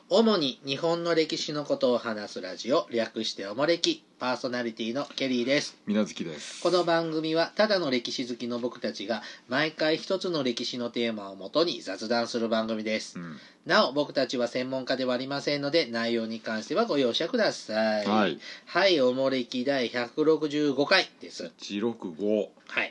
主に日本の歴史のことを話すラジオ、略しておもれき、パーソナリティのケリーです。 みなずきです。 この番組はただの歴史好きの僕たちが毎回一つの歴史のテーマをもとに雑談する番組です。なお僕たちは専門家ではありませんので内容に関してはご容赦ください。はい、おもれき第165回です。 165。 はい。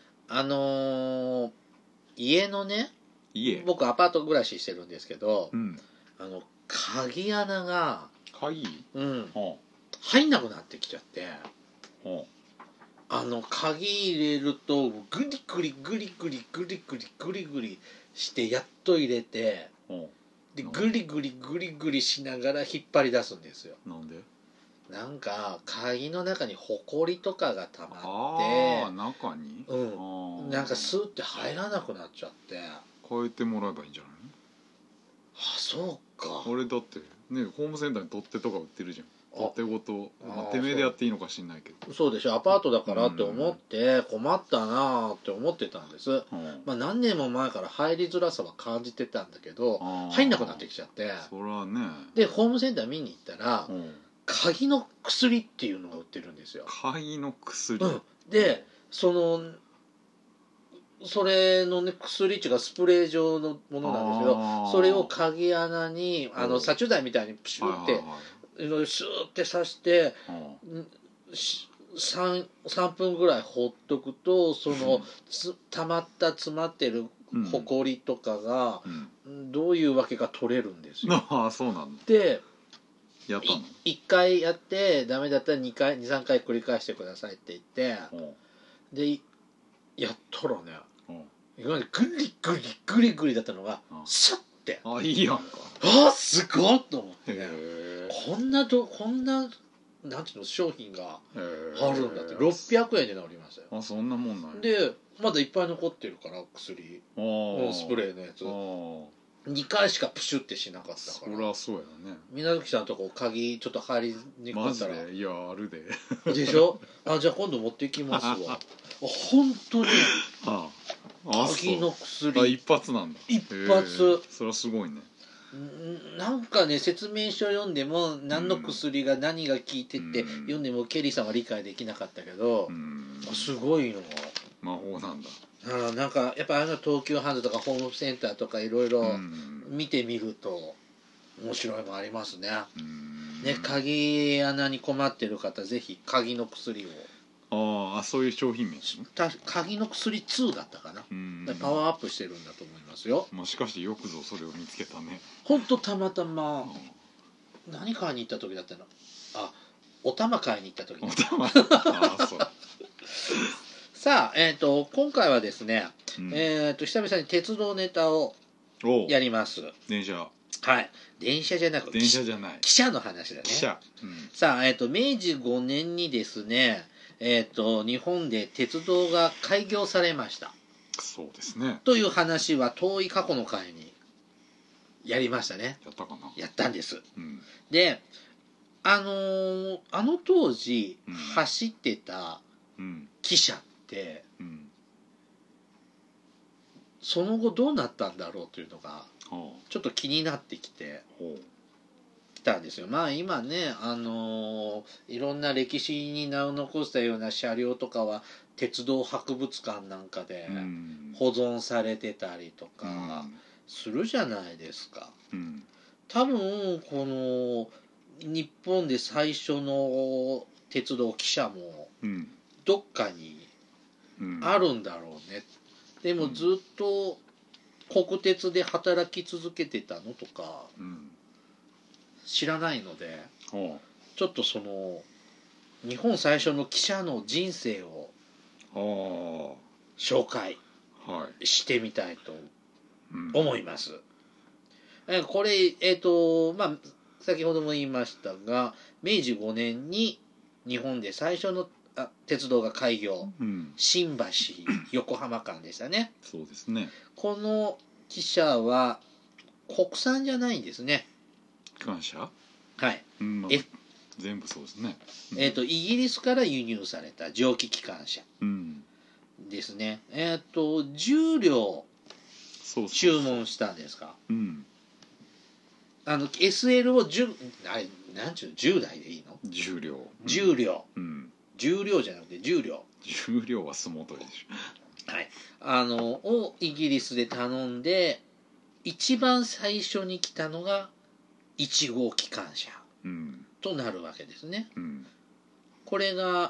家のね、僕アパート暮らししてるんですけど、鍵穴が入んなくなってきちゃって、鍵入れるとグリグリグリグリグリグリグリグリしてやっと入れて、でグリグリグリグリしながら引っ張り出すんですよ。 なんで？ なんか鍵の中にホコリとかが溜まって、 中に？ なんかスーって入らなくなっちゃって。 変えてもらえばいいんじゃないの？ そうか。 俺だってね、ホームセンターに取っ手とか売ってるじゃん。取っ手ごと、てめえでやっていいのか知んないけど。 そうでしょ。アパートだからって思って困ったなって思ってたんです。何年も前から入りづらさは感じてたんだけど、入んなくなってきちゃって。 そらね。でホームセンター見に行ったら、鍵の薬っていうのが売ってるんですよ。 鍵の薬？ でそれのね、薬っていうかスプレー状のものなんですけど、それを鍵穴に殺虫剤みたいにプシュってスーって刺して3分ぐらいほっとくと、その詰まってるホコリとかがどういうわけか取れるんですよ。 そうなんだ。 でやったの 1回やってダメだったら2、3回繰り返してくださいって言って、でやったらね、今までグリグリグリグリだったのがシャッて、 いいやんか。 すごっと思って、こんななんていうの商品があるんだって。600円で治りましたよ。 そんなもんない。 でまだいっぱい残ってるから薬、スプレーのやつ2回しかプシュってしなかったから。 そりゃそうやね。 水無月さんのとこ鍵ちょっと入りにくかったら。 マジで？いやあるで。 でしょ。じゃあ今度持ってきますわ。本当に鍵の薬一発なんだ。 一発。 それはすごいね。 なんかね、説明書読んでも何の薬が何が効いてって読んでもケリーさんは理解できなかったけど、すごいの。 魔法なんだ。 なんかやっぱ東急ハンズとかホームセンターとかいろいろ見てみると面白いのありますね。鍵穴に困ってる方ぜひ鍵の薬を。 そういう商品名。 鍵の薬2だったかな。パワーアップしてるんだと思いますよ。 しかしよくぞそれを見つけたね。 ほんとたまたま何買いに行った時だったの。お玉買いに行った時。 そうさあ、今回はですね、久々に鉄道ネタをやります。 電車。 はい。電車じゃなく、 電車じゃない。 汽車の話だね。 汽車。 さあ、明治5年にですね、日本で鉄道が開業されました。 そうですね。 という話は遠い過去の回にやりましたね。 やったかな。 やったんです。で、当時走ってた汽車って、その後どうなったんだろうというのがちょっと気になってきたんですよ。今ね、いろんな歴史に名を残したような車両とかは鉄道博物館なんかで保存されてたりとかするじゃないですか。多分この日本で最初の鉄道汽車もどっかにあるんだろうね。でもずっと国鉄で働き続けてたのとか知らないので、ちょっとその日本最初の汽車の人生を紹介してみたいと思います。これ先ほども言いましたが、明治5年に日本で最初の鉄道が開業、新橋横浜間でしたね。 そうですね。 この汽車は国産じゃないんですね。 機関車？ はい。 全部そうですね。 イギリスから輸入された蒸気機関車ですね。10両注文したんですか。 SL をあれなんちゅうの10台でいいの？ 重量、 重量、重量じゃなくて重量は相撲取りでしょ。はい。をイギリスで頼んで、一番最初に来たのが1号機関車となるわけですね。これが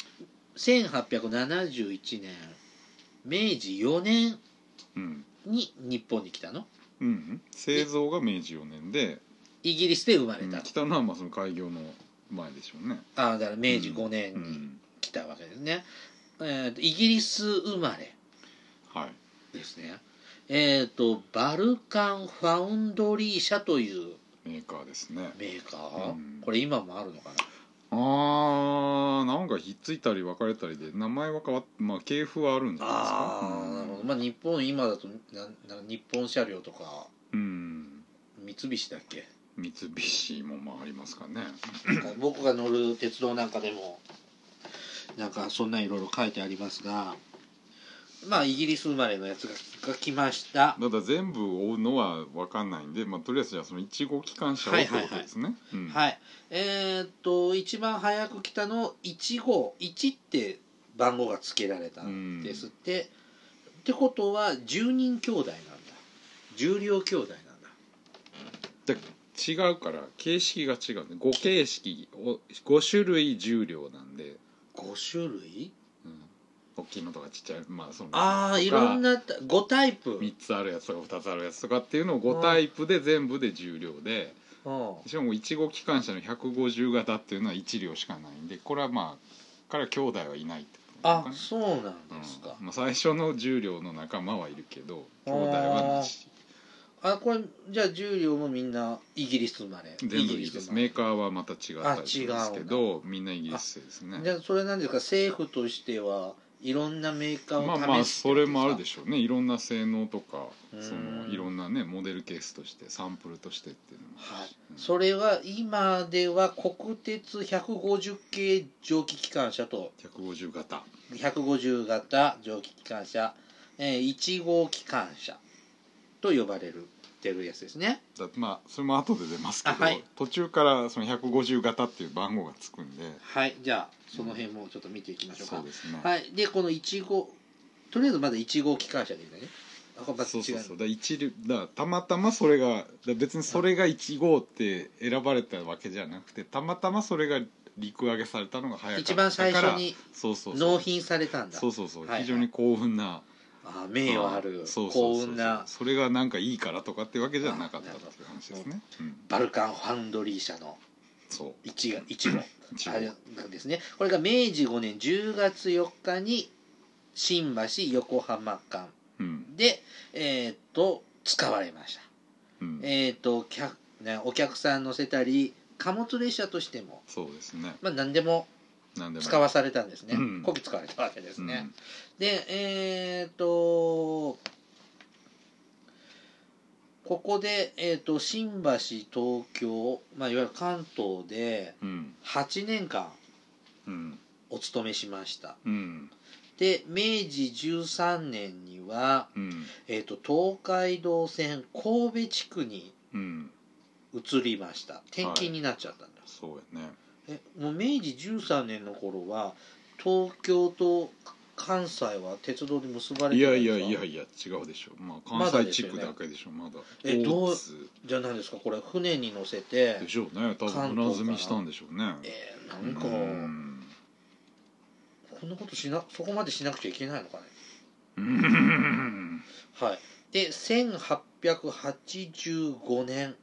1871年明治4年に日本に来たの。 製造が明治4年でイギリスで生まれた。 来たのはまあその開業の前でしょうね。 だから明治5年に来たわけですね。イギリス生まれですね。バルカンファウンドリー社というメーカーですね。 メーカー、これ今もあるのかな。 なんかひっついたり分かれたりで名前は変わって、まあ系譜はあるんじゃないですか。 なるほど。まあ日本今だと日本車両とか、三菱だっけ？ 三菱もまあありますかね。 僕が乗る鉄道なんかでもなんかそんないろいろ書いてありますが、まあイギリス生まれのやつが来ました。 だから全部追うのは分かんないんで、まあ、とりあえずじゃあその1号機関車をってことですね。 はい。一番早く来たの1号1って番号が付けられたんですって。ってことは10人兄弟なんだ。重量兄弟なんだ。 違うから形式が違うね。5形式5種類重量なんで。 5種類？ 大きいのとかちっちゃい、まあそのいろんな5タイプ 3つあるやつとか2つあるやつとかっていうのを5タイプで全部で重量で、しかも1号機関車の150型っていうのは1両しかないんで、これはまあ彼は兄弟はいないってこと。そうなんですか。 まあ、最初の重量の仲間はいるけど兄弟はなし。 これじゃあ重量もみんなイギリス生まれ。 全部イギリス。メーカーはまた違ったりしますけどみんなイギリス製ですね。 じゃあそれなんですか、政府としてはいろんなメーカーを試してまあそれもあるでしょうね。いろんな性能とかそのいろんなねモデルケースとしてサンプルとしてっていうのも、 それは今では国鉄150系蒸気機関車と 150型蒸気機関車、1号機関車と呼ばれてるやつですね。 まあそれも後で出ますけど、途中からその150型っていう番号がつくんで、 じゃあその辺もちょっと見ていきましょうか。 そうですね。 でこの1号、とりあえずまだ1号機関車でいいんだね。 だたまたまそれが別にそれが1号って選ばれたわけじゃなくて、たまたまそれが陸揚げされたのが早かったから、一番最初に納品されたんだ。 非常に幸運な、 名誉ある幸運な、 それがなんかいいからとかってわけじゃなかったっていう話ですね。 バルカンファンドリー社の1号ですね。これが明治5年10月4日に新橋横浜間で、使われました。お客さん乗せたり貨物列車としてもそうですね、 何でも使わされたんですね。こき使われたわけですね。でここで、新橋東京、いわゆる関東で8年間お勤めしました。で明治13年には、東海道線神戸地区に移りました。転勤になっちゃったんだ。 そうやね。 もう明治13年の頃は東京と関西は鉄道で結ばれてたんですか？ いや違うでしょ。まあ関西地区だけでしょまだ。 じゃあ何ですかこれ、船に乗せてでしょうね。多分船積みしたんでしょうね。 なんかこんなことそこまでしなくちゃいけないのかね。で1885年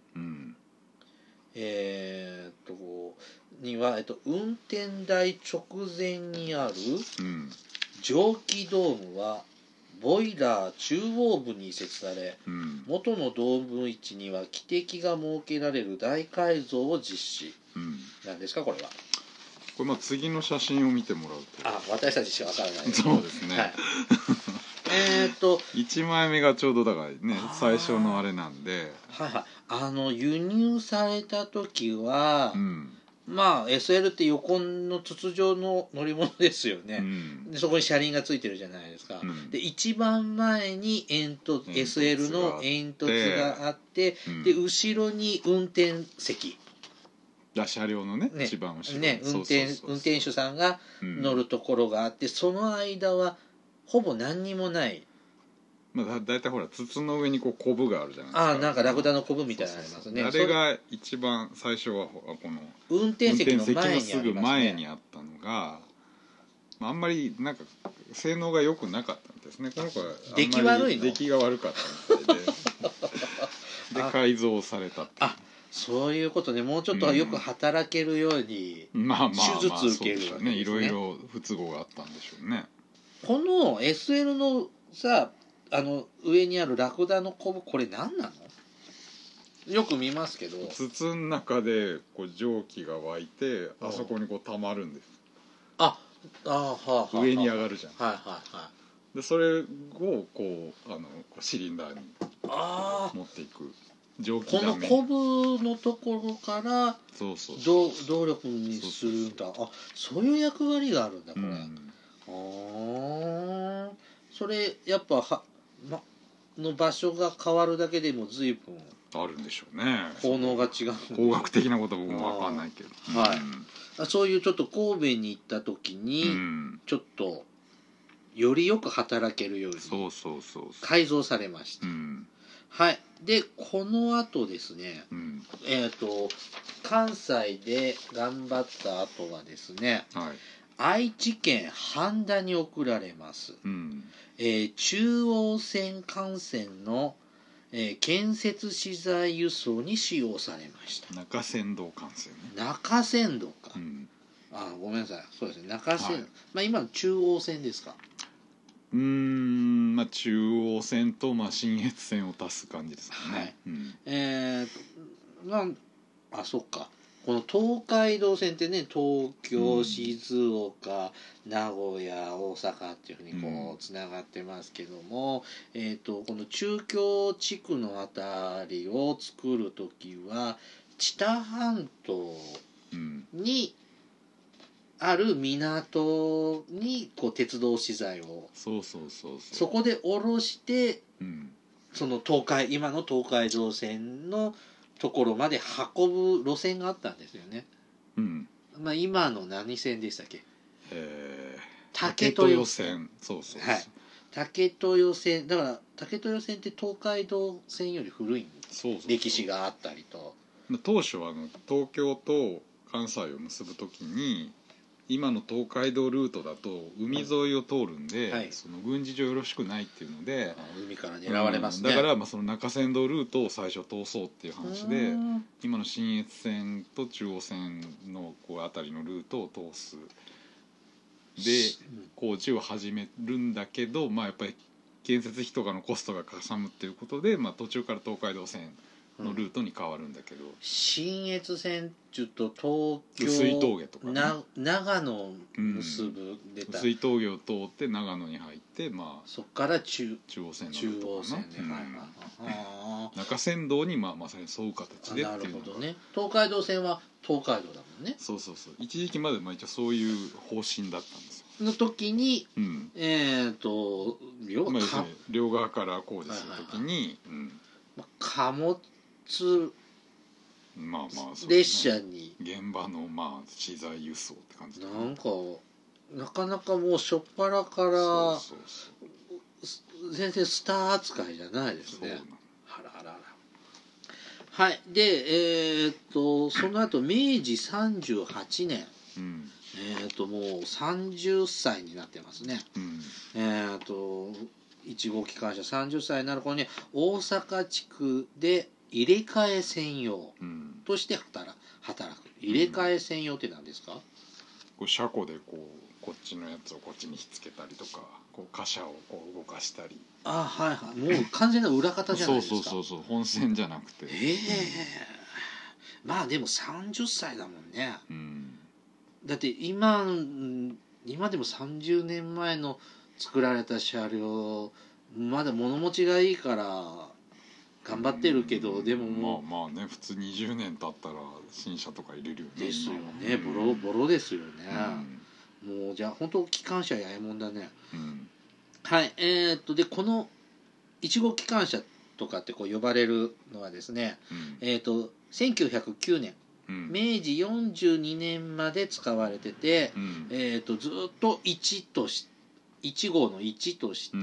には、運転台直前にある蒸気ドームはボイラー中央部に移設され、元のドーム位置には汽笛が設けられる大改造を実施。なんですかこれは。 これ次の写真を見てもらうと私たちしかわからない。 そうですね。1枚目がちょうどだからね最初のあれなんで、 輸入された時は、 まあ SL って横の筒状の乗り物ですよね、でそこに車輪がついてるじゃないですか、で一番前にSL の煙突があって、で後ろに運転席、 車両のね一番後ろね、運転手さんが乗るところがあって、その間はほぼ何にもない、 まあ、だいたいほら筒の上にこうコブがあるじゃないですか。 なんかラクダのコブみたいなのありますね。 あれが一番最初はこの運転席のすぐ前にあったのが、あんまりなんか性能が良くなかったんですね。この子は出来悪いの、 出来が悪かったみたいでで改造されたって。 そういうことね。もうちょっとよく働けるように手術受けるわけですね。 いろいろ不都合があったんでしょうね。 この SL のさ、上にあるラクダのコブ、これ何なの？よく見ますけど、 筒の中でこう蒸気が湧いてあそこにこう溜まるんです。上に上がるじゃん。でそれをこうシリンダーに持っていく蒸気ダメ。 このコブのところから動力にするんだ。そういう役割があるんだこれ。それやっぱの場所が変わるだけでも随分あるんでしょうね。 効能が違う。 工学的なことは僕も分かんないけど、 そういうちょっと神戸に行った時に、ちょっとよりよく働けるように改造されました。はい。でこの後ですね、関西で頑張った後はですね、愛知県半田に送られます、中央線幹線の、建設資材輸送に使用されました。 中山道幹線ね。 中山道か、ごめんなさい、そうですね、中山、今の中央線ですか。 中央線と信越線を足す感じですかね。 そっか、この東海道線ってね、東京、静岡、名古屋、大阪っていうふうにこうつながってますけども、この中京地区のあたりを作る時は知多半島にある港にこう鉄道資材をそこで降ろして、その今の東海道線のところまで運ぶ路線があったんですよね。今の何線でしたっけ？竹豊線。竹豊線だから、竹豊線って東海道線より古い歴史があったりと。 当初は東京と関西を結ぶときに今の東海道ルートだと海沿いを通るんで、その軍事上よろしくないっていうので、 海から狙われますね。 だからその中山道ルートを最初通そうっていう話で、今の信越線と中央線のこうあたりのルートを通すで工事を始めるんだけど、やっぱり建設費とかのコストがかさむっていうことで、途中から東海道線のルートに変わるんだけど、 信越線っていうと東京碓氷峠とか、 長野を結ぶ出た碓氷峠を通って長野に入って、 そっから中央線のルートかな。中山道にまさにそういう形でっていうのが。なるほどね。 東海道線は東海道だもんね。 そう一時期まで一応そういう方針だったんですよ。 の時に、 両側から工事する時に、 貨物列車に現場の資材輸送って感じ。 なかなかもう初っ端から全然スター扱いじゃないですね。はい。でその後明治38年、もう30歳になってますね。1号機関車30歳になる頃に大阪地区で入れ替え専用として働く。入れ替え専用って何ですか？ 車庫でこっちのやつをこっちにひっつけたりとか、貨車を動かしたり。 もう完全な裏方じゃないですか。 そう本線じゃなくて。 でも30歳だもんね。だって今でも30年前の作られた車両まだ物持ちがいいから頑張ってるけど、でももうまあね、普通20年経ったら新車とか入れるよね。 ですよね、ボロボロですよね、もうじゃあ本当機関車やえもんだね。はい、でこの1号機関車とかってこう呼ばれるのはですね、1909年、明治42年まで使われてて、ずっと1号の1として、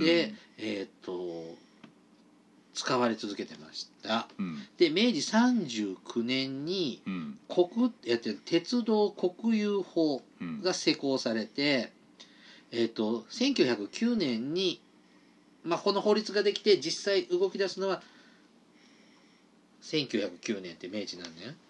使われ続けてました。で明治39年に鉄道国有法が施行されて、1909年に、この法律ができて実際動き出すのは1909年って明治何年？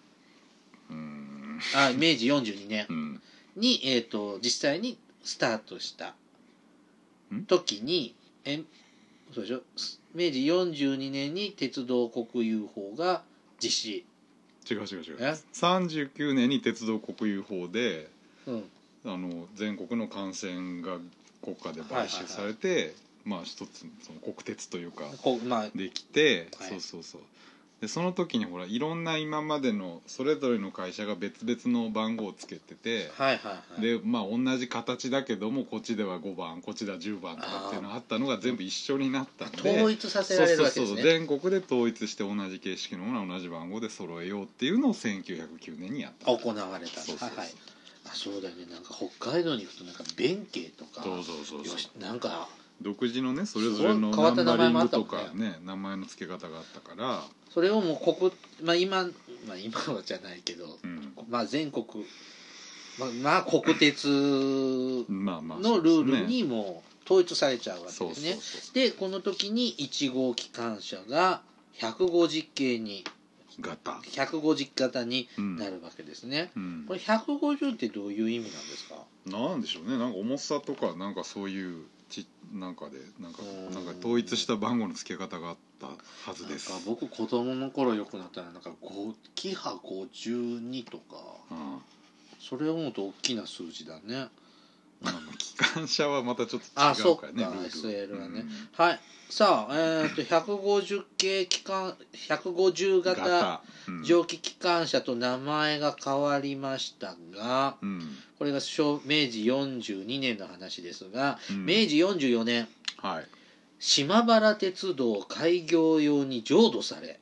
明治42年に、実際にスタートした時にそうでしょ、明治42年に鉄道国有法が実施。 違う39年に鉄道国有法で、全国の幹線が国家で買収されて、一つその国鉄というかできて、そうでその時にほらいろんな今までのそれぞれの会社が別々の番号をつけてて、で同じ形だけどもこっちでは5番こっちでは10番とかっていうのがあったのが全部一緒になったんで、 統一させられるわけですね。 全国で統一して同じ形式のものは同じ番号で揃えようっていうのを1909年にやった。 行われた。そうだよね、なんか北海道に行くとなんか弁慶とかなんか独自のねそれぞれのナンバリングとかね名前の付け方があったから、 それをもう今はじゃないけど、全国国鉄のルールにも統一されちゃうわけですね。でこの時に1号機関車が150系に150型になるわけですね。これ150ってどういう意味なんですか？ なんでしょうね、なんか重さとかなんかそういうなんか統一した番号の付け方があったはずです。 なんか僕子供の頃よくなったらなんかキハ52とか、それを思うと大きな数字だね。 機関車はまたちょっと違うからね。 SL はね、はい。さあ、150系150型蒸気機関車と名前が変わりましたが、これが明治42年の話ですが、明治44年、島原鉄道開業用に譲渡され、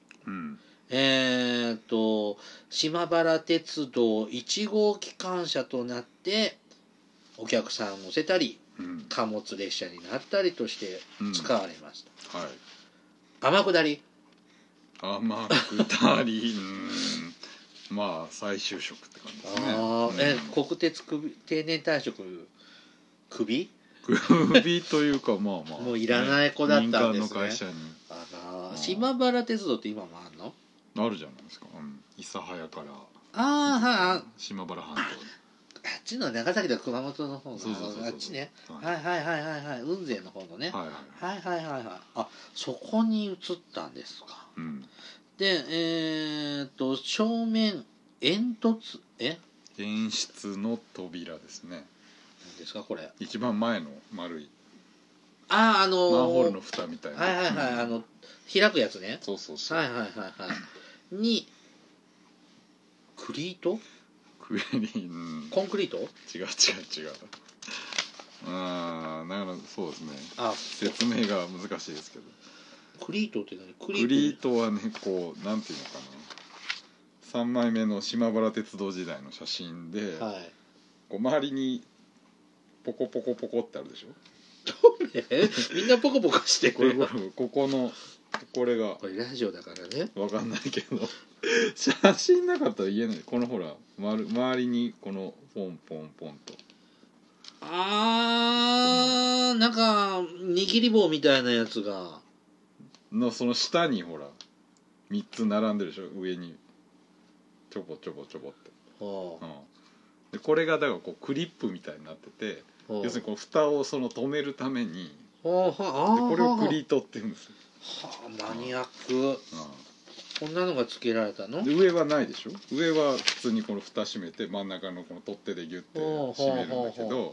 島原鉄道1号機関車となってお客さんを乗せたり、貨物列車になったりとして使われました。天下り再就職って感じですね。 国鉄定年退職首というかもういらない子だったんですね。 民間の会社に。 島原鉄道って今もあるの？ あるじゃないですか。諫早から島原半島。 あっちの長崎と熊本の方のあっちね。雲仙の方のね。そこに移ったんですか。で正面煙室の扉ですね。 何ですかこれ？ 一番前の丸いマンホールの蓋みたいな。 開くやつね。にクリート？コンクリート？ 違うだからそうですね。説明が難しいですけど。 クリートって何？ クリートはね、こうなんていうのかな、3枚目の島原鉄道時代の写真で、こう周りにポコポコポコってあるでしょ。 みんなポコポコしてる。 これがこれラジオだからね分かんないけど写真なかったら言えない。このほら周りにこのポンポンポンとなんか握り棒みたいなやつがその下にほら3つ並んでるでしょ。上にちょぼちょぼちょぼって、でこれがだからこうクリップみたいになってて、要するにこの蓋を止めるために、でこれをクリートって言うんですよ。 マニアック。こんなのがつけられたの？ で上はないでしょ。上は普通にこの蓋閉めて真ん中のこの取っ手でギュッて閉めるんだけど、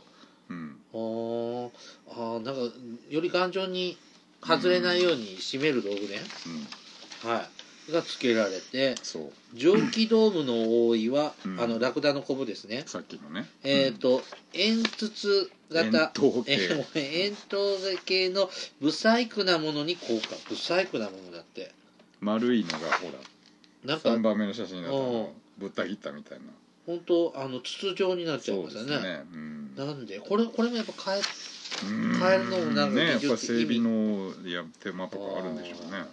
なんかより頑丈に外れないように閉める道具ね。 はい、が付けられて、 そう蒸気ドームの覆いは、 うんラクダのコブですね。 さっきのね、 煙突型円筒形煙筒系の不細工なものに効果。不細工なものだって。 丸いのがほらなんか 3番目の写真だとぶった切ったみたいな。 本当筒状になっちゃいそうましたね。 ですね、うん、 なんでこれもやっぱ変えるのもなんかね、やっぱ技術的整備の手間とかあるんでしょうね。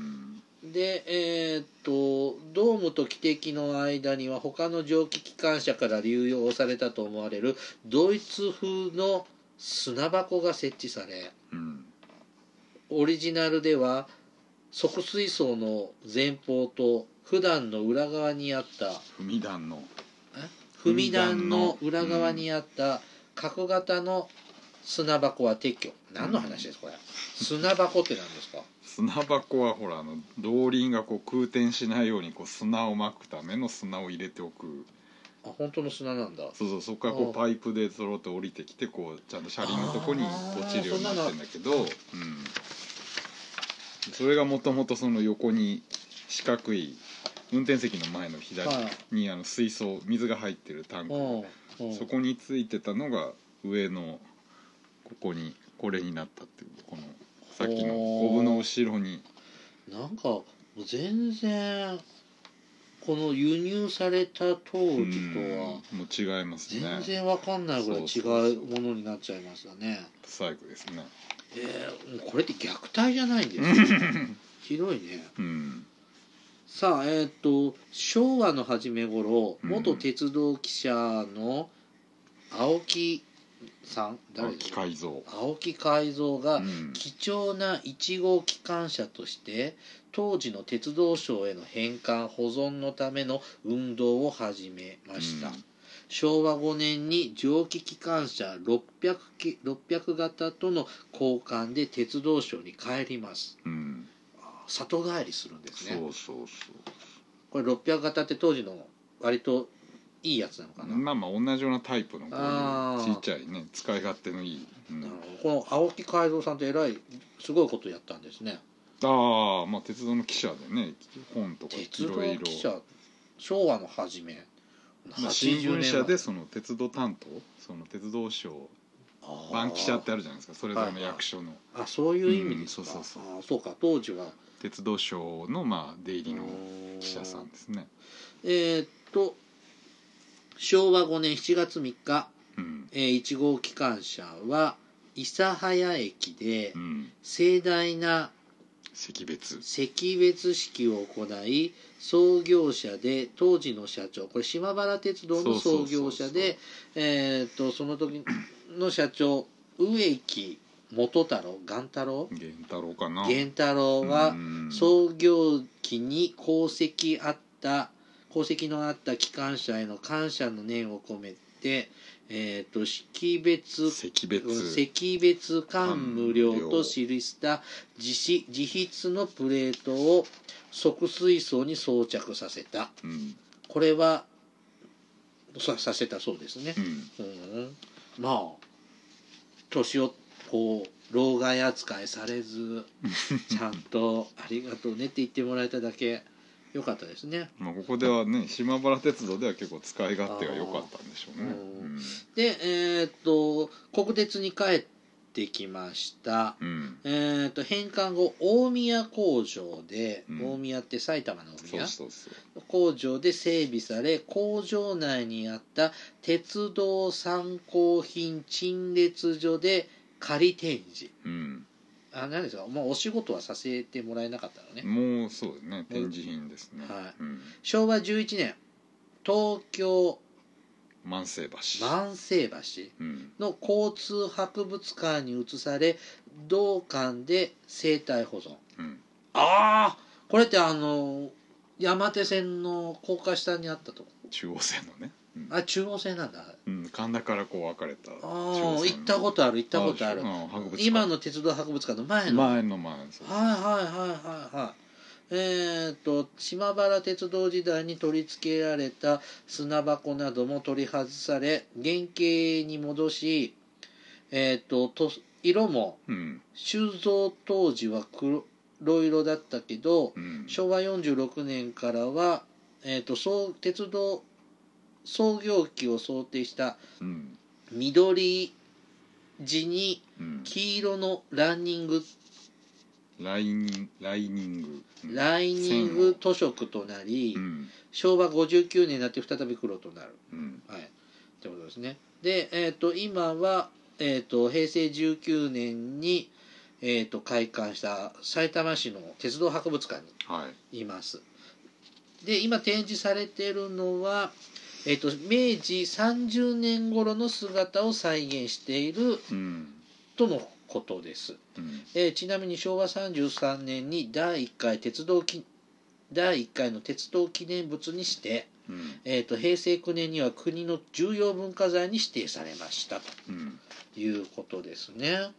でドームと汽笛の間には他の蒸気機関車から流用されたと思われるドイツ風の砂箱が設置され、 うん、 オリジナルでは側水槽の前方と普段の裏側にあった踏み段の裏側にあった角型の砂箱は撤去。何の話ですこれ、砂箱って何ですか？ 砂箱はほら動輪がこう空転しないようにこう砂をまくための砂を入れておく。 あ、本当の砂なんだ。 そうそう、そこからこうパイプでそろっと降りてきてこうちゃんと車輪のとこに落ちるようになってるんだけど、それがもともとその横に四角い運転席の前の左に水槽水が入ってるタンク、そこについてたのが上のこれになったっていう、このさっきのコブの後ろになんか全然この輸入された当時とはもう違いますね。 全然わかんないぐらい違うものになっちゃいましたね。 ブサイクですね。 これって虐待じゃないんですか？ひどいね。さあ昭和の初め頃、元鉄道記者の青木さん、誰ですか？青木海蔵が貴重な1号機関車として当時の鉄道省への返還保存のための運動を始めました。昭和5年に蒸気機関車600型との交換で鉄道省に帰ります。里帰りするんですね。これ600型って当時の割といいやつなのかな。 まあ同じようなタイプのこういうちっちゃいね、使い勝手のいい、 この青木海蔵さんってすごいことやったんですね。 まあ鉄道の記者でね、本とかいろいろ。鉄道記者、 昭和の初め、 新聞社でその鉄道担当、その鉄道省番記者ってあるじゃないですか、それぞれの役所の。 そういう意味ですか。そうか、当時は鉄道省の出入りの記者さんですね。 昭和5年7月3日、1号機関車は諫早駅で盛大な惜別式を行い、創業者で当時の社長、これ島原鉄道の創業者でその時の社長植木元太郎源太郎は創業期に功績のあった機関車への感謝の念を込めて、識別感無量と記した自筆のプレートを側水槽に装着させた。これはさせたそうですね。まあ年をこう老害扱いされずちゃんとありがとうねって言ってもらえただけ良かったですね。 ここではね、島原鉄道では結構使い勝手が良かったんでしょうね。 で国鉄に帰ってきました。返還後大宮工場で、大宮って埼玉の大宮工場で整備され、工場内にあった鉄道参考品陳列所で仮展示。何ですか、もうお仕事はさせてもらえなかったのね。 もうそうですね、展示品ですね。 昭和11年東京万世橋の交通博物館に移され、同館で生態保存。これって山手線の高架下にあったとこ。 中央線のね。 中央線なんだ。 神田からこう分かれた。 行ったことある。今の鉄道博物館の前の。島原鉄道時代に取り付けられた砂箱なども取り外され原型に戻し、色も、鋳造当時は色々だったけど、 うん、 昭和46年からは、鉄道創業期を想定した緑地に黄色のライニング塗色となり、 うん、 昭和59年になって再び黒となる、 うん、 はい、ってことですね。で、今は、平成19年に、開館したさいたま市の鉄道博物館にいます、はい、で今展示されているのは、明治30年頃の姿を再現している、とのことです、ちなみに昭和33年に第1回の鉄道記念物にして、平成9年には国の重要文化財に指定されましたということですね。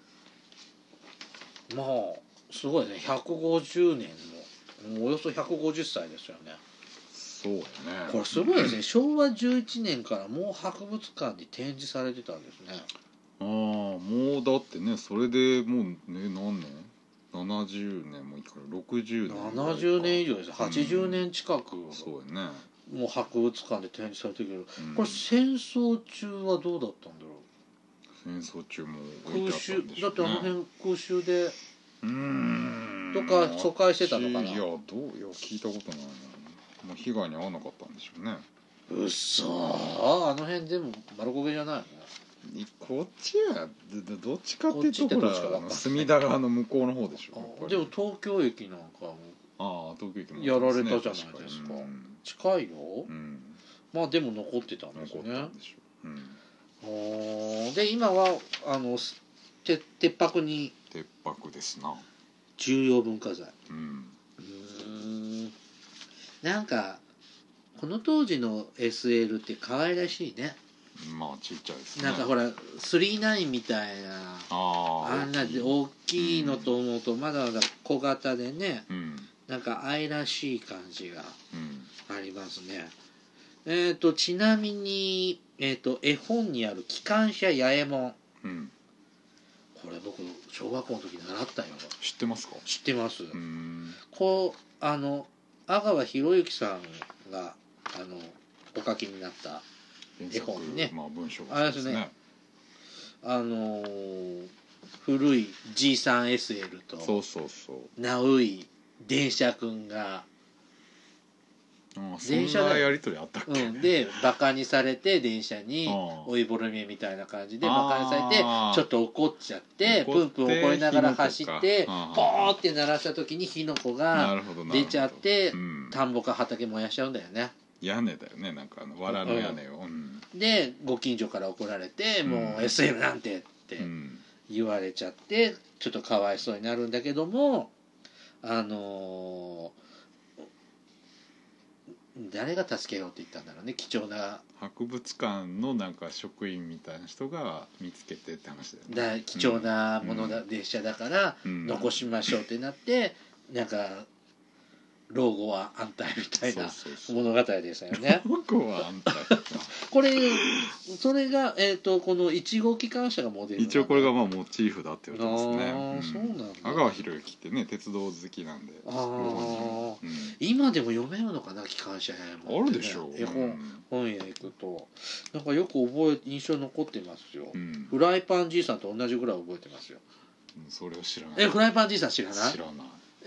まあすごいね、150年のおよそ150歳ですよね。 そうやね。 これすごいですね。昭和11年からもう博物館に展示されてたんですね。 ああ、もうだってね、それでもうね、何年70年もいいから60年 70年以上です。80年近く、 そうやね、 もう博物館で展示されてるけど、これ戦争中はどうだったんだろ戦う。 争中も置いてあったんでしょうね。 だってあの辺空襲でとか疎開してたのかな。 いや聞いたことないな。もう被害に遭わなかったんでしょうね。 うっそー、あの辺でも丸焦げじゃないの。 こっちはどっちかっていうとほら隅田川の向こうの方でしょ。 でも東京駅なんかも東京駅もやられたじゃないですか。近いよ、まあでも残ってたんですね。残ったんでしょう、で今は鉄泊ですな。 重要文化財。なんかこの当時の SL って可愛らしいね。 まあちっちゃいですね。 なんかほら39みたいなあんなで大きいのと思うとまだまだ小型でね、なんか愛らしい感じがありますね。ちなみに、絵本にある機関車八右衛門、これ僕小学校の時に習ったよ。 知ってますか？ 知ってます。阿川弘之さんがお書きになった絵本ね。 文章あれですね。古い G3SL とナウイ電車くんがそんなやりとりあったっけ？ でバカにされて電車に追いぼれめみたいな感じでバカにされてちょっと怒っちゃってプンプン怒りながら走ってポーって鳴らした時に火の粉が出ちゃって田んぼか畑燃やしちゃうんだよね。 屋根だよね、なんか藁の屋根を、 でご近所から怒られて、もう SL なんてって言われちゃってちょっとかわいそうになるんだけども、誰が助けようって言ったんだろうね。貴重な博物館のなんか職員みたいな人が見つけてって話だよね。 貴重なものだ、列車だから残しましょうってなって、なんか老後は安泰みたいな物語でしたよね。 老後は安泰これそれが、この1号機関車がモデル。 一応これがまあモチーフだって言われてますね。 そうなんだ。 阿川弘之ってね、鉄道好きなんで。 今でも読めるのかな、機関車編。あるでしょう。 本屋行くとなんかよく印象残ってますよ。フライパンじいさんと同じぐらい覚えてますよ。 それを知らない。 フライパンじいさん知らない？ 知らない。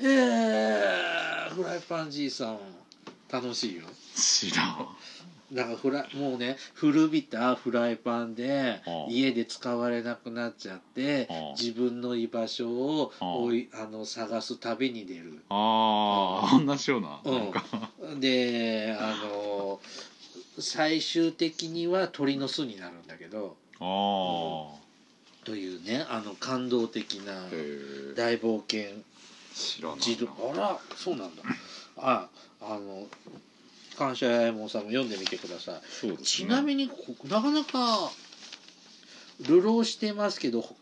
フライパンじいさん楽しいよ。 知らん。 なんかもうね、古びたフライパンで家で使われなくなっちゃって自分の居場所を探す旅に出る。 同じような。 で最終的には鳥の巣になるんだけど、というね、感動的な大冒険。 知らないあら、そうなんだ。感謝八右衛門さんも読んでみてください。そうですね。ちなみになかなか流浪してますけど、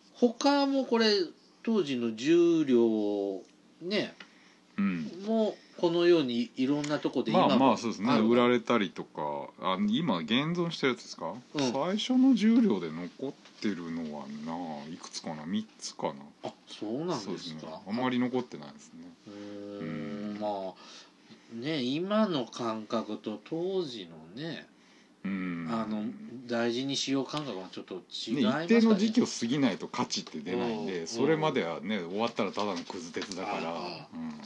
他もこれ当時の10両ね、もうこのようにいろんなとこで今今そうですね、売られたりとか今現存してるやつですか、最初の重量で残ってるのはいくつかな、3つかな。 あ、そうなんですか。 あんまり残ってないですね。 まあね、今の感覚と当時のね、大事にしよう感覚はちょっと違いますかね。 一定の時期を過ぎないと価値って出ないんで、それまではね終わったらただのくず鉄だから。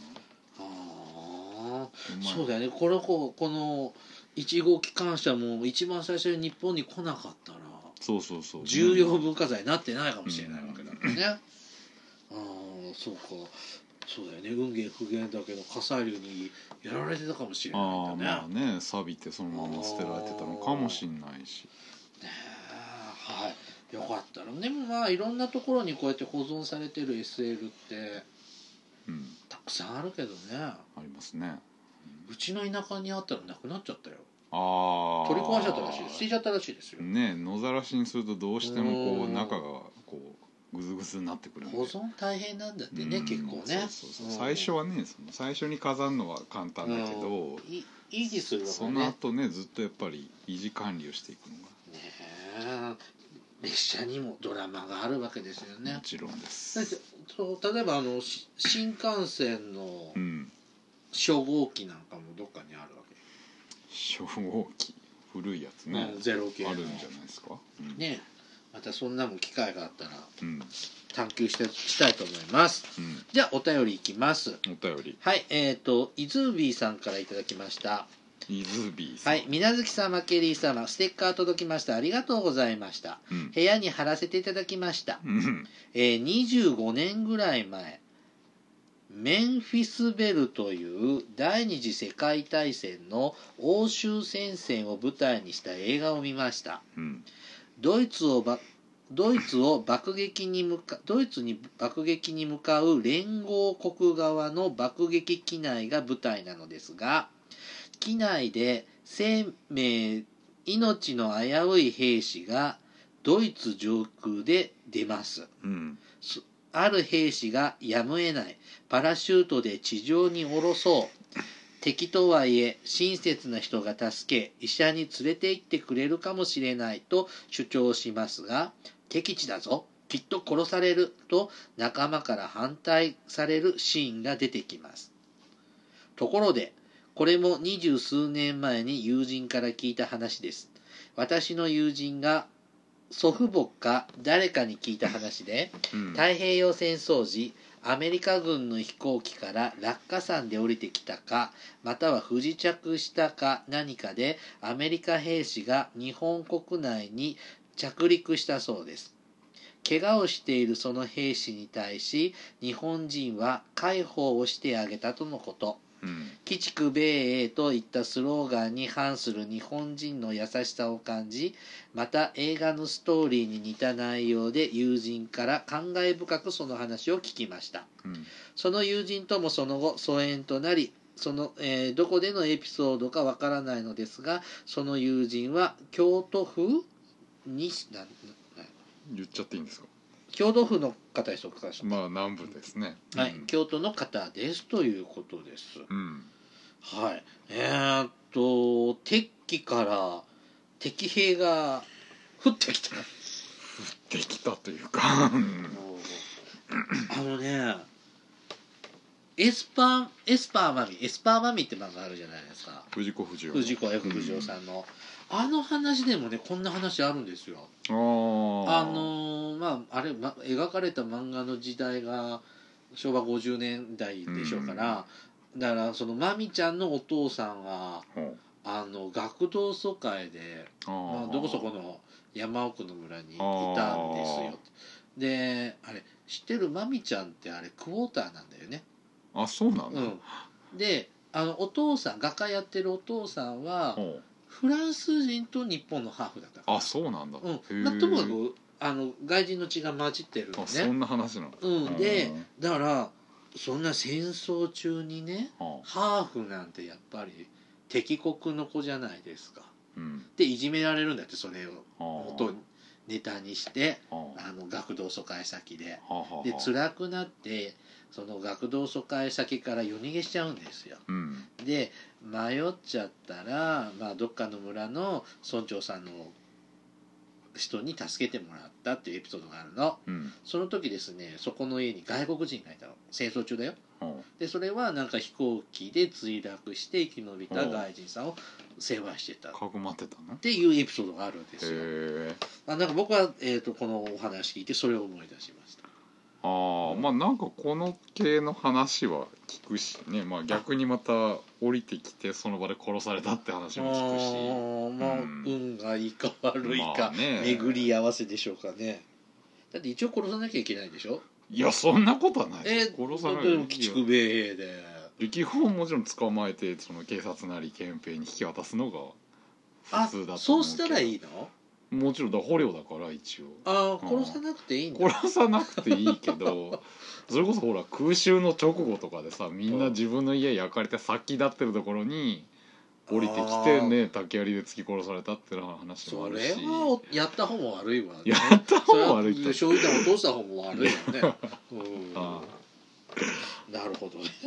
そうだよね。この1号機関車も一番最初に日本に来なかったら重要文化財になってないかもしれないわけだからね。そうか、そうだよね。運ゲー不言だけど火砕流にやられてたかもしれないんだね。 まあね、錆びてそのまま捨てられてたのかもしれないしね。はい、よかったら。でもまあいろんなところにこうやって保存されてる SL ってたくさんあるけどね。ありますね。 うちの田舎にあったらなくなっちゃったよ。 取り壊しちゃったらしいです。捨てちゃったらしいですよね。野ざらしにするとどうしてもこう中がこうグズグズになってくるんで、 保存大変なんだってね、結構ね。 最初はね、最初に飾るのは簡単だけど、 維持するのがね、 その後ね、ずっとやっぱり維持管理をしていくのがね。列車にもドラマがあるわけですよね。 もちろんです。 例えば新幹線の初号機なんかもどっかにあるわけ。 初号機、古いやつね、 ゼロ系あるんじゃないですか。 ね、またそんなも機会があったら探求したいと思います。じゃあお便りいきます。 お便り、 はい、イズービーさんからいただきました。 イズービーさん、 はい、水無月様、ケリー様、ステッカー届きました。ありがとうございました。部屋に貼らせていただきました。25年ぐらい前、メンフィスベルという第二次世界大戦の欧州戦線を舞台にした映画を見ました。ドイツに爆撃に向かう連合国側の爆撃機内が舞台なのですが、機内で命の危うい兵士がドイツ上空で出ます。ある兵士がやむを得ない、パラシュートで地上に降ろそう、敵とはいえ親切な人が助け医者に連れて行ってくれるかもしれないと主張しますが、敵地だぞ、きっと殺されると仲間から反対されるシーンが出てきます。ところでこれも20数年前に友人から聞いた話です。私の友人が祖父母か誰かに聞いた話で、太平洋戦争時アメリカ軍の飛行機から落下傘で降りてきたか、または不時着したか何かでアメリカ兵士が日本国内に着陸したそうです。怪我をしているその兵士に対し日本人は介抱をしてあげたとのこと。鬼畜米英といったスローガンに反する日本人の優しさを感じ、また映画のストーリーに似た内容で友人から感慨深くその話を聞きました。その友人ともその後疎遠となり、どこでのエピソードかわからないのですが、その友人は京都府に言っちゃっていいんですか。 京都府の方です。 南部ですね。 はい、京都の方ですということです。はい。敵機から敵兵が降ってきた。 というかエスパーマミって漫画あるじゃないですか。 藤子 F 不二雄さんの、あの話でもねこんな話あるんですよ。描かれた漫画の時代が昭和50年代でしょうから、だからそのマミちゃんのお父さんは学童疎開で、どこそこの山奥の村にいたんですよ。であれ知ってる？マミちゃんってあれクォーターなんだよね。 あ、そうなんだ。 でお父さん画家やってるお父さんはフランス人と日本のハーフだったから。 あ、そうなんだ。 ともかく外人の血が混じってるんでね。 そんな話なの。 でだからそんな戦争中にね、ハーフなんてやっぱり敵国の子じゃないですか。でいじめられるんだって、それを元にネタにして、学童疎開先で、で辛くなってその学童疎開先から夜逃げしちゃうんですよ。で迷っちゃったら、どっかの村の村長さんの人に助けてもらったっていうエピソードがあるの、その時ですね、そこの家に外国人がいたの、戦争中だよ。でそれはなんか飛行機で墜落して生き延びた外人さんを世話してたかくまってたのっていうエピソードがあるんですよ。なんか僕は、このお話聞いてそれを思い出しました。 なんかこの系の話は聞くしね、逆にまた降りてきてその場で殺されたって話も聞くし、 運がいいか悪いか、巡り合わせでしょうかね。だって一応殺さなきゃいけないでしょ。 いやそんなことはない殺さない。鬼畜米兵で基本もちろん捕まえてその警察なり憲兵に引き渡すのが普通だと思うけど。 そうしたらいいの？ もちろん捕虜だから一応殺さなくていいんだ。 殺さなくていいけどそれこそほら空襲の直後とかでさ、みんな自分の家焼かれて殺気立ってるところに降りてきてね、竹槍で突き殺されたっていう話もあるし、 それはやった方も悪いわ、ね、 やった方も悪いと消費弾を通した方も悪いよねなるほどね、はい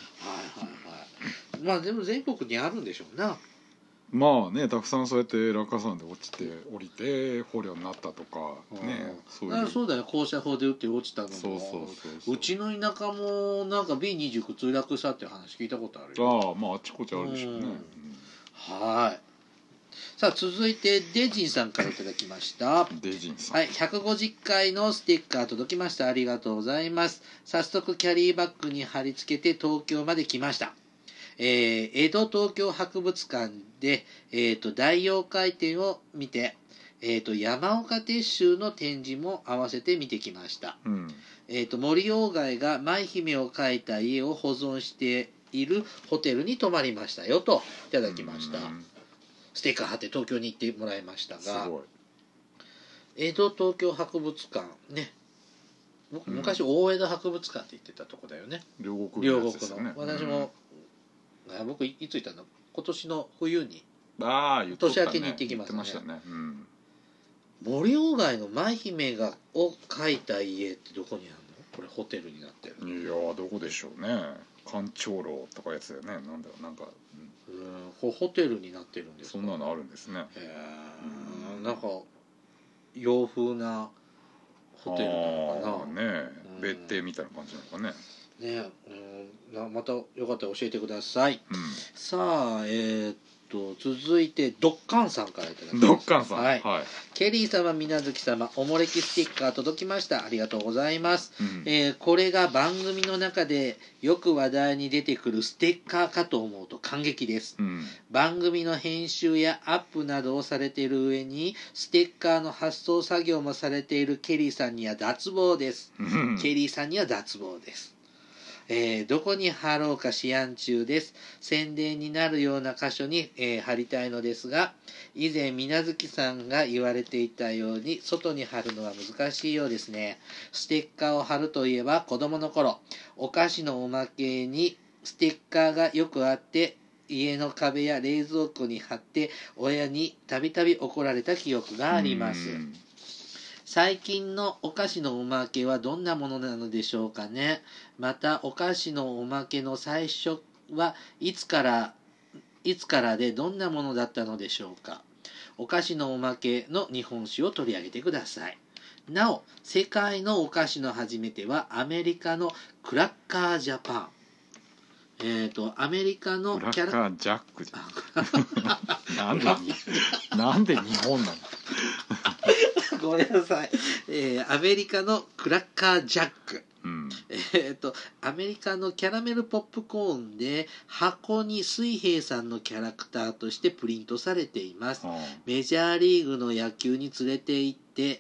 はいはい。でも全国にあるんでしょうな。 たくさんそうやって落下山で落ちて降りて捕虜になったとかね、 そうだよ、高射砲で撃って落ちたのも。うちの田舎もなんか B29 墜落したっていう話聞いたことあるよ。 あちこちあるでしょうね。 はい。さあ続いてデジンさんからいただきました。 デジンさん、 はい、150回のステッカー届きました。ありがとうございます。早速キャリーバッグに貼り付けて東京まで来ました。江戸東京博物館で、大妖怪展を見て、山岡鉄舟の展示も合わせて見てきました。森鴎外が舞姫を描いた家を保存しているホテルに泊まりましたよといただきました。ステッカー貼って東京に行ってもらいましたが、江戸東京博物館ね、昔大江戸博物館って言ってたとこだよね。両国の、私も僕いつ行ったの？今年の冬に年明けに行ってきますね。森鴎外の舞姫を描いた家ってどこにあるの？これホテルになってる。 いやどこでしょうね。官長楼とかやつだよね。なんだろう、なんかホテルになってるんですか？ そんなのあるんですね。 なんか洋風なホテルなのかな。 別邸みたいな感じなのかね。 またよかったら教えてください。さあ続いてドッカンさんからいただきました。 ドッカンさん、はい、 ケリー様、みなずき様、おもれきステッカー届きました。ありがとうございます。これが番組の中でよく話題に出てくるステッカーかと思うと感激です。番組の編集やアップなどをされている上にステッカーの発送作業もされているケリーさんには脱帽です。ケリーさんには脱帽です。どこに貼ろうか思案中です。宣伝になるような箇所に、貼りたいのですが、以前みなずきさんが言われていたように外に貼るのは難しいようですね。ステッカーを貼るといえば子供の頃、お菓子のおまけにステッカーがよくあって家の壁や冷蔵庫に貼って親にたびたび怒られた記憶があります。最近のお菓子のおまけはどんなものなのでしょうかね。またお菓子のおまけの最初はいつからでどんなものだったのでしょうか。お菓子のおまけの日本史を取り上げてください。なお世界のお菓子の初めてはアメリカのクラッカージャパン。アメリカのクラッカージャックじゃんなんで日本なのごめんなさい。アメリカのクラッカージャック。アメリカのキャラメルポップコーンで箱に水平さんのキャラクターとしてプリントされています。メジャーリーグの野球に連れて行って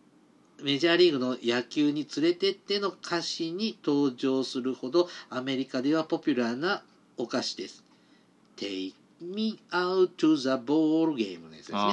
の歌詞に登場するほどアメリカではポピュラーなお菓子です。Take me out to the ball game のやつですね。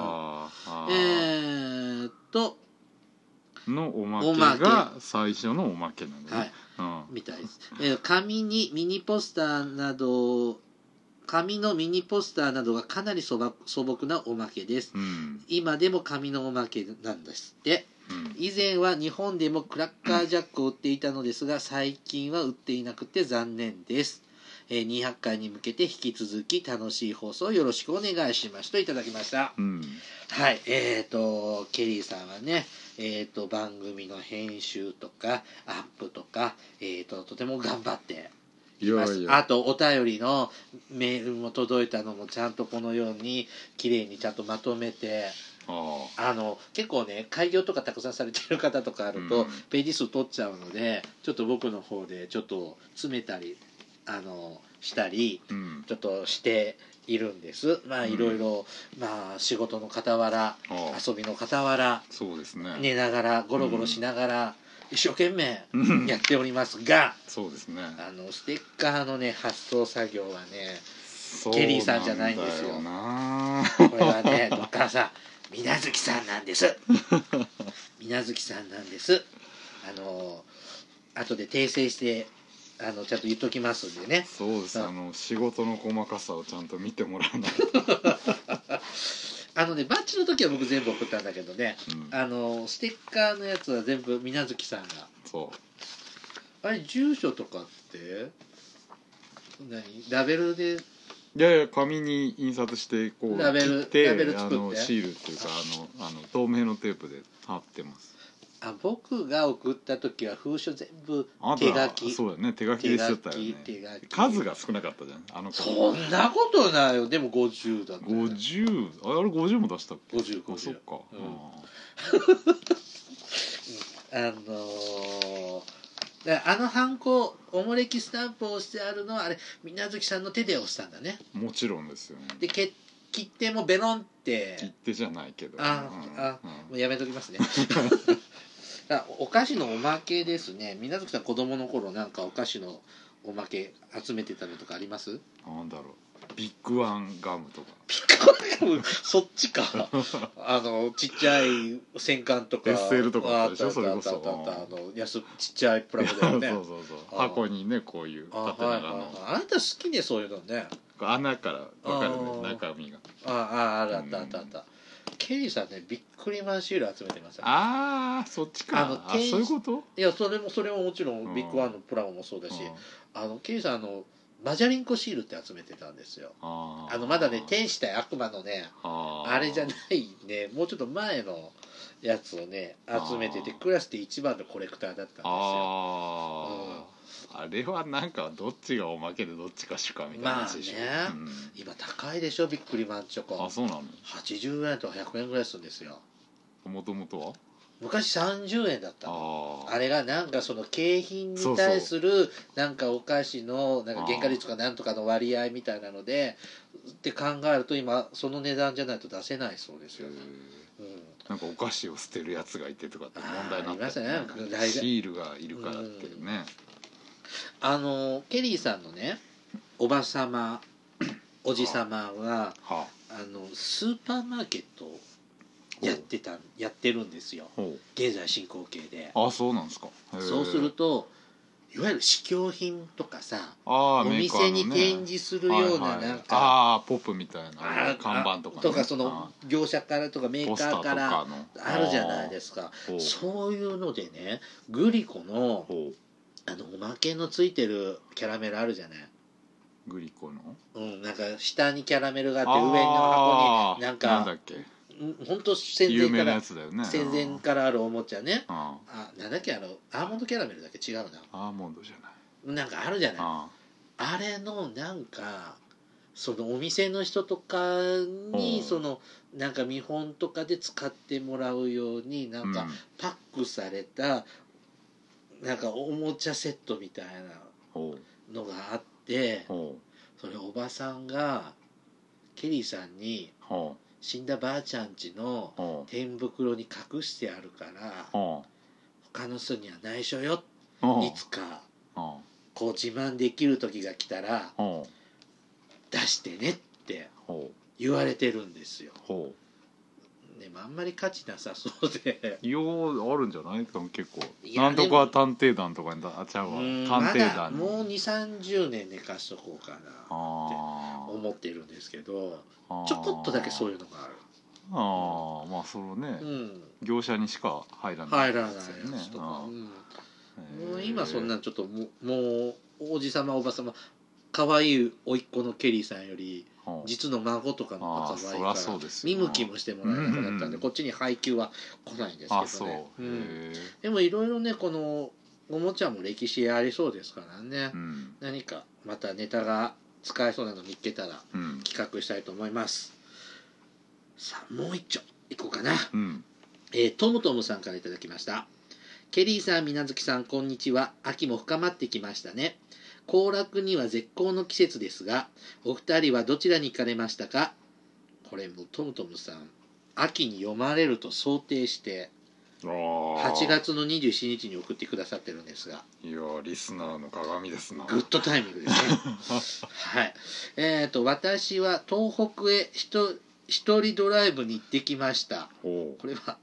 のおまけが最初のおまけなのね。 みたいです。紙にミニポスターなど紙のミニポスターなどがかなり素朴なおまけです、今でも紙のおまけなんですって、以前は日本でもクラッカージャックを売っていたのですが、最近は売っていなくて残念です。200回に向けて引き続き楽しい放送をよろしくお願いしますといただきました、はい。ケリーさんはね、番組の編集とかアップとか、とても頑張っています。あとお便りのメールも届いたのもちゃんとこのように綺麗にちゃんとまとめて、結構ね開業とかたくさんされてる方とかあると、ページ数取っちゃうので、ちょっと僕の方でちょっと詰めたりしたり、ちょっとしているんです。まあいろいろ、まあ仕事の傍ら、遊びの傍ら、 そうですね、 寝ながらゴロゴロしながら、一生懸命やっておりますが、 そうですね、 ステッカーのね発送作業はねケリーさんじゃないんですよ。これはねどっからさ水無月さんなんです。水無月さんなんです。後で訂正してちゃんと言っときますんでね。 そうです。仕事の細かさをちゃんと見てもらわないと。 バッジの時は僕全部送ったんだけどね、ステッカーのやつは全部水無月さんが。 そうあれ住所とかってラベルで、 いやいや紙に印刷してこうラベル切って作って、 シールっていうか透明のテープで貼ってます。 僕が送った時は封書全部手書き。 そうだね、手書きでしちゃったよね。数が少なかったじゃんそんなことないよ。でも50だった、ね、 50、あれ50も出したっけ。 50 そっか、 ハンコおもれきスタンプを押してあるのはあれ水無月さんの手で押したんだね。 もちろんですよ、ね、 で切手もベロンって切手じゃないけど、 もうやめときますね。お菓子のおまけですね。水無月さん子供の頃なんかお菓子のおまけ集めてたのとかあります？ なんだろう、ビッグワンガムとか。 ビッグワンガムそっちか。ちっちゃい戦艦とか SL とかあったでしょ。それこそちっちゃいプラモデルね。 そう箱にねこういう縦長の。 あなた好きねそういうのね。 穴から分かるね中身が。 あったケリーさんねビックリマンシール集めてますよね。 そっちか。そういうこと。 いやそれももちろんビッグワンのプラモもそうだし、ケリーさんマジャリンコシールって集めてたんですよ。まだね天使対悪魔のねあれじゃないね、もうちょっと前のやつをね集めてて、クラスで一番のコレクターだったんですよ。 あれはなんかどっちがおまけでどっちか主かみたいな話でしょ。 今高いでしょビックリマンチョコ。 そうなの。 80円とか100円ぐらいするんですよ。 もともとは昔30円だったの。あれがなんかその景品に対するなんかお菓子のなんか原価率とかなんとかの割合みたいなのでって考えると今その値段じゃないと出せないそうですよ。 なんかお菓子を捨てるやつがいてとかって問題になってね。シールがいるからっていうね。 ケリーさんのねおばさまおじさまはスーパーマーケットをやってるんですよ現在進行形で。 そうなんですか。 そうするといわゆる試供品とかさお店に展示するようななんかポップみたいな看板とかとかその業者からとかメーカーからあるじゃないですか。そういうのでねグリコのおまけのついてるキャラメルあるじゃない。 グリコのなんか下にキャラメルがあって上の箱になんかなんだっけほんと戦前からあるおもちゃね。なんだっけアーモンドキャラメルだけ違うな。 アーモンドじゃないなんかあるじゃない。あれのなんかそのお店の人とかにそのなんか見本とかで使ってもらうようになんかパックされたなんかおもちゃセットみたいなのがあって、それおばさんがケリーさんに死んだばあちゃん家の天袋に隠してあるから他の人には内緒よ、いつかこう自慢できる時が来たら出してねって言われてるんですよ。 もあんまり価値なさそうでいやあるんじゃないか結構いやなんとか探偵団とかにちゃうわ探偵まだ団にもう2 3 0年寝かしとこうかなって思ってるんですけどちょこっとだけそういうのがあるまあそのね、業者にしか入らないやつとか、もう今そんなちょっともうおじさまおばさま可愛い甥っ子のケリーさんより実の孫とかの方が可愛いから見向きもしてもらえなくなったんでこっちに配給は来ないんですけどね。でもいろいろねこのおもちゃも歴史ありそうですからね、何かまたネタが使えそうなの見つけたら企画したいと思います。さあもう一丁いこうかな、トムトムさんからいただきました。ケリーさん、みなずきさん、こんにちは。秋も深まってきましたね。行楽には絶好の季節ですが、お二人はどちらに行かれましたか？これもトムトムさん、秋に読まれると想定して8月の27日に送ってくださってるんですが、 いやリスナーの鏡ですな。 グッドタイミングですね。はい。私は東北へ一人ドライブに行ってきました。これは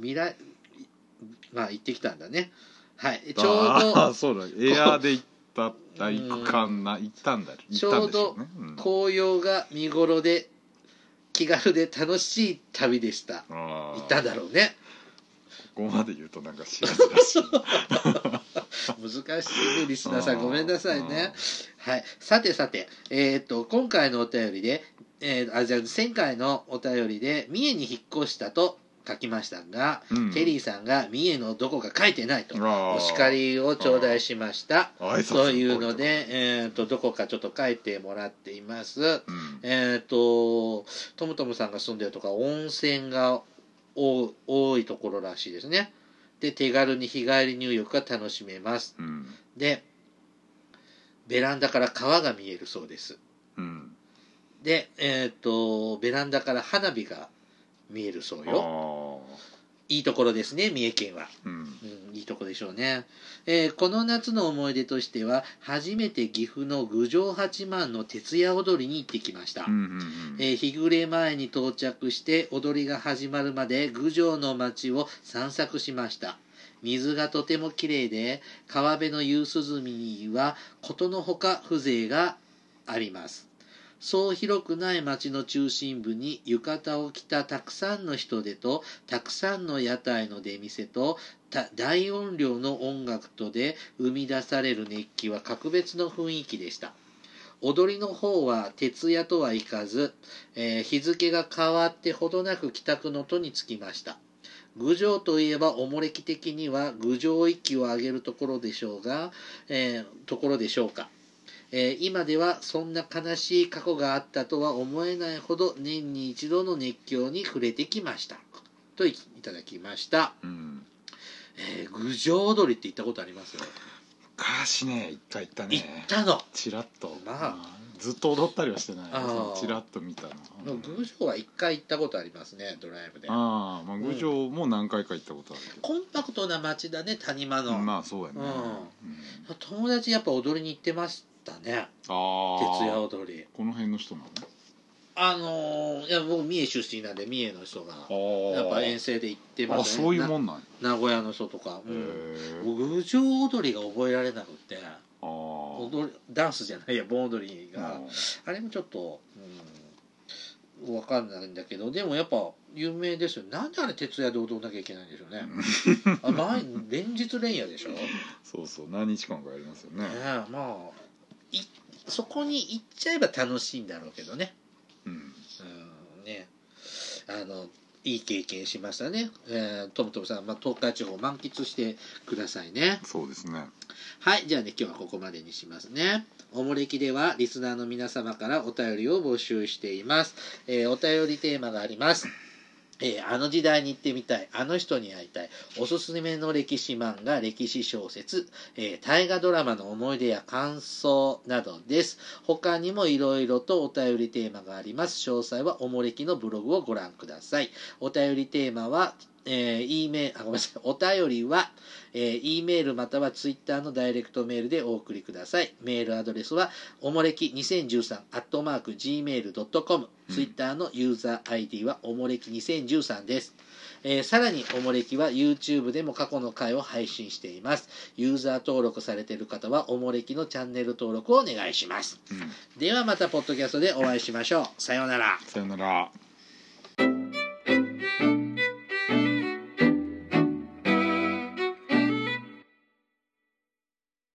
まあ行ってきたんだね。はい。ちょうどそうだエアーで行ったんだ。 ちょうど紅葉が見頃で気軽で楽しい旅でした。行ったんだろうね。 ここまで言うとなんか知らずらしい。 難しいねリスナーさんごめんなさいね。はい。さて今回のお便りで前回のお便りで三重に引っ越したと書きましたが、ケリーさんが三重のどこか書いてないとお叱りを頂戴しました。というので、どこかちょっと書いてもらっています。トムトムさんが住んでるとか温泉が多いところらしいですね。で手軽に日帰り入浴が楽しめます。でベランダから川が見えるそうです。でベランダから花火が見えるそうよ。いいところですね三重県は、いいとこでしょうね。この夏の思い出としては初めて岐阜の郡上八幡の徹夜踊りに行ってきました。日暮れ前に到着して踊りが始まるまで郡上の町を散策しました。水がとてもきれいで川辺の夕涼みにはことのほか風情があります。そう広くない町の中心部に浴衣を着たたくさんの人出とたくさんの屋台の出店と大音量の音楽とで生み出される熱気は格別の雰囲気でした。踊りの方は徹夜とはいかず、日付が変わってほどなく帰宅の途につきました。郡上といえばおもれき的には郡上域を上げるところでしょうか。今ではそんな悲しい過去があったとは思えないほど年に一度の熱狂に触れてきましたといただきました。郡上踊りって行ったことありますよ。 昔ね一回行ったね。 行ったのチラッと、ずっと踊ったりはしてない。チラッと見たの。 郡上は一回行ったことありますねドライブで。 郡上も何回か行ったことあるけど、 コンパクトな街だね谷間の。 まあそうやね。 友達やっぱ踊りに行ってましたね。徹夜踊り。 この辺の人なの？ いや僕三重出身なんで三重の人がやっぱ遠征で行ってますね。 そういうもんなんや。 名古屋の人とか。郡上踊りが覚えられなくてダンスじゃないや盆踊りがあれもちょっと分かんないんだけどでもやっぱ有名ですよ。なんであれ徹夜で踊んなきゃいけないんでしょうね。連日連夜でしょ。 そう何日間かやりますよね。 まあそこに行っちゃえば楽しいんだろうけどね。いい経験しましたね。トムトムさん、東海地方満喫してくださいね。 そうですね。 はい、じゃあね今日はここまでにしますね。おもれきではリスナーの皆様からお便りを募集しています。お便りテーマがあります。あの時代に行ってみたい、あの人に会いたい、おすすめの歴史漫画、歴史小説、大河ドラマの思い出や感想などです。他にもいろいろとお便りテーマがあります。詳細はおもれきのブログをご覧ください。お便りテーマは E メールごめんなさい、お便りは、E メールまたは Twitter のダイレクトメールでお送りください。メールアドレスはおもれき2013 @gmail.com、 Twitter のユーザー ID はおもれき2013です。さらにおもれきは YouTube でも過去の回を配信しています。ユーザー登録されている方はおもれきのチャンネル登録をお願いします。ではまたポッドキャストでお会いしましょう。さようなら。 さようなら。